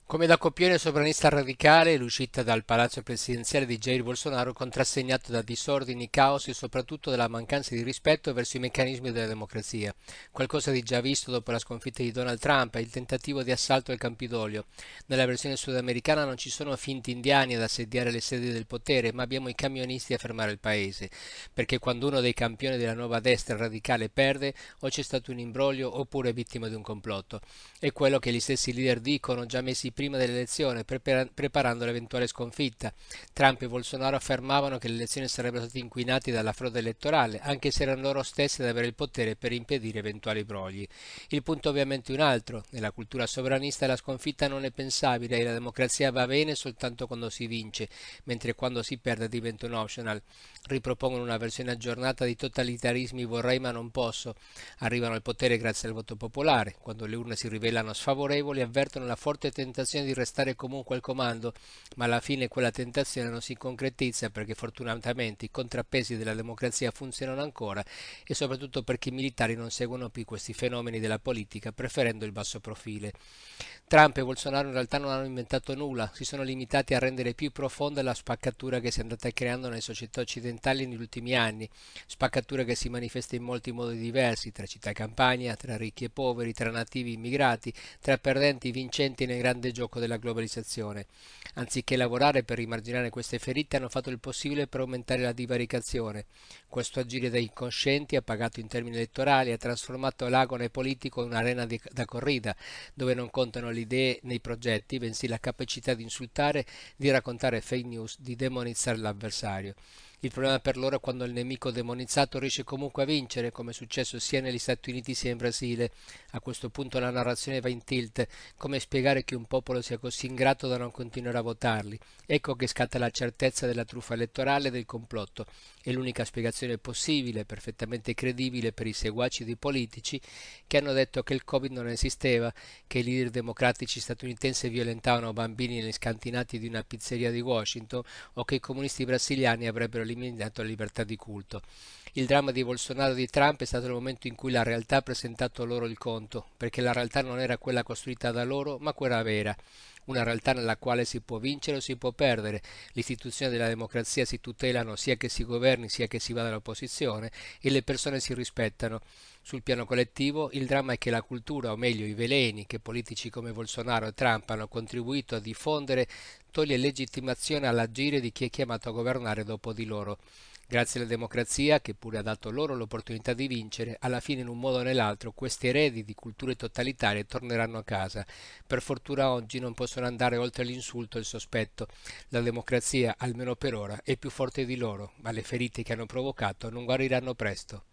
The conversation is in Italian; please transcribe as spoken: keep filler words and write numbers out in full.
Come da copione sovranista radicale, l'uscita dal palazzo presidenziale di Jair Bolsonaro contrassegnato da disordini, caos e soprattutto dalla mancanza di rispetto verso i meccanismi della democrazia, qualcosa di già visto dopo la sconfitta di Donald Trump e il tentativo di assalto al Campidoglio. Nella versione sudamericana non ci sono finti indiani ad assediare le sedi del potere, ma abbiamo i camionisti a fermare il paese, perché quando uno dei campioni della nuova destra radicale perde, o c'è stato un imbroglio oppure è vittima di un complotto. È quello che gli stessi leader dicono già mesi prima dell'elezione, prepara- preparando l'eventuale sconfitta. Trump e Bolsonaro affermavano che le elezioni sarebbero state inquinate dalla frode elettorale, anche se erano loro stessi ad avere il potere per impedire eventuali brogli. Il punto è ovviamente un altro. Nella cultura sovranista la sconfitta non è pensabile e la democrazia va bene soltanto quando si vince, mentre quando si perde diventa un optional. Ripropongono una versione aggiornata di totalitarismi vorrei ma non posso. Arrivano al potere grazie al voto popolare. Quando le urne si rivelano sfavorevoli, avvertono la forte tentazione di restare comunque al comando, ma alla fine quella tentazione non si concretizza perché fortunatamente i contrappesi della democrazia funzionano ancora e soprattutto perché i militari non seguono più questi fenomeni della politica, preferendo il basso profilo. Trump e Bolsonaro in realtà non hanno inventato nulla, si sono limitati a rendere più profonda la spaccatura che si è andata creando nelle società occidentali negli ultimi anni, spaccatura che si manifesta in molti modi diversi, tra città e campagna, tra ricchi e poveri, tra nativi e immigrati, tra perdenti e vincenti nel grande gioco della globalizzazione. Anziché lavorare per rimarginare queste ferite, hanno fatto il possibile per aumentare la divaricazione. Questo agire da incoscienti ha pagato in termini elettorali, ha trasformato l'agone politico in un'arena di, da corrida, dove non contano le idee nei progetti, bensì la capacità di insultare, di raccontare fake news, di demonizzare l'avversario. Il problema per loro è quando il nemico demonizzato riesce comunque a vincere, come è successo sia negli Stati Uniti sia in Brasile. A questo punto la narrazione va in tilt. Come spiegare che un popolo sia così ingrato da non continuare a votarli? Ecco che scatta la certezza della truffa elettorale e del complotto. È l'unica spiegazione possibile, perfettamente credibile per i seguaci dei politici che hanno detto che il Covid non esisteva, che i leader democratici statunitensi violentavano bambini negli scantinati di una pizzeria di Washington o che i comunisti brasiliani avrebbero eliminato la libertà di culto. Il dramma di Bolsonaro e di Trump è stato il momento in cui la realtà ha presentato loro il conto, perché la realtà non era quella costruita da loro, ma quella vera. Una realtà nella quale si può vincere o si può perdere, le istituzioni della democrazia si tutelano sia che si governi sia che si vada all'opposizione e le persone si rispettano. Sul piano collettivo, il dramma è che la cultura, o meglio i veleni che politici come Bolsonaro e Trump hanno contribuito a diffondere, toglie legittimazione all'agire di chi è chiamato a governare dopo di loro. Grazie alla democrazia, che pure ha dato loro l'opportunità di vincere, alla fine in un modo o nell'altro questi eredi di culture totalitarie torneranno a casa. Per fortuna oggi non possono andare oltre l'insulto e il sospetto. La democrazia, almeno per ora, è più forte di loro, ma le ferite che hanno provocato non guariranno presto.